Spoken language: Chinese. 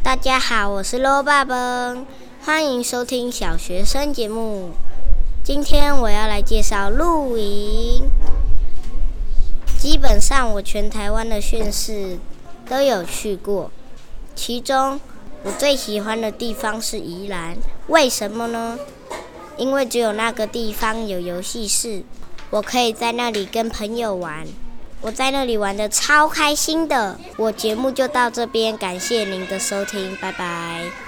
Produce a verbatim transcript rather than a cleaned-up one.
大家好，我是罗爸爸，欢迎收听小学生节目。今天我要来介绍露营。基本上我全台湾的县市都有去过，其中我最喜欢的地方是宜兰。为什么呢？因为只有那个地方有游戏室，我可以在那里跟朋友玩。我在那里玩得超开心的。我节目就到这边，感谢您的收听，拜拜。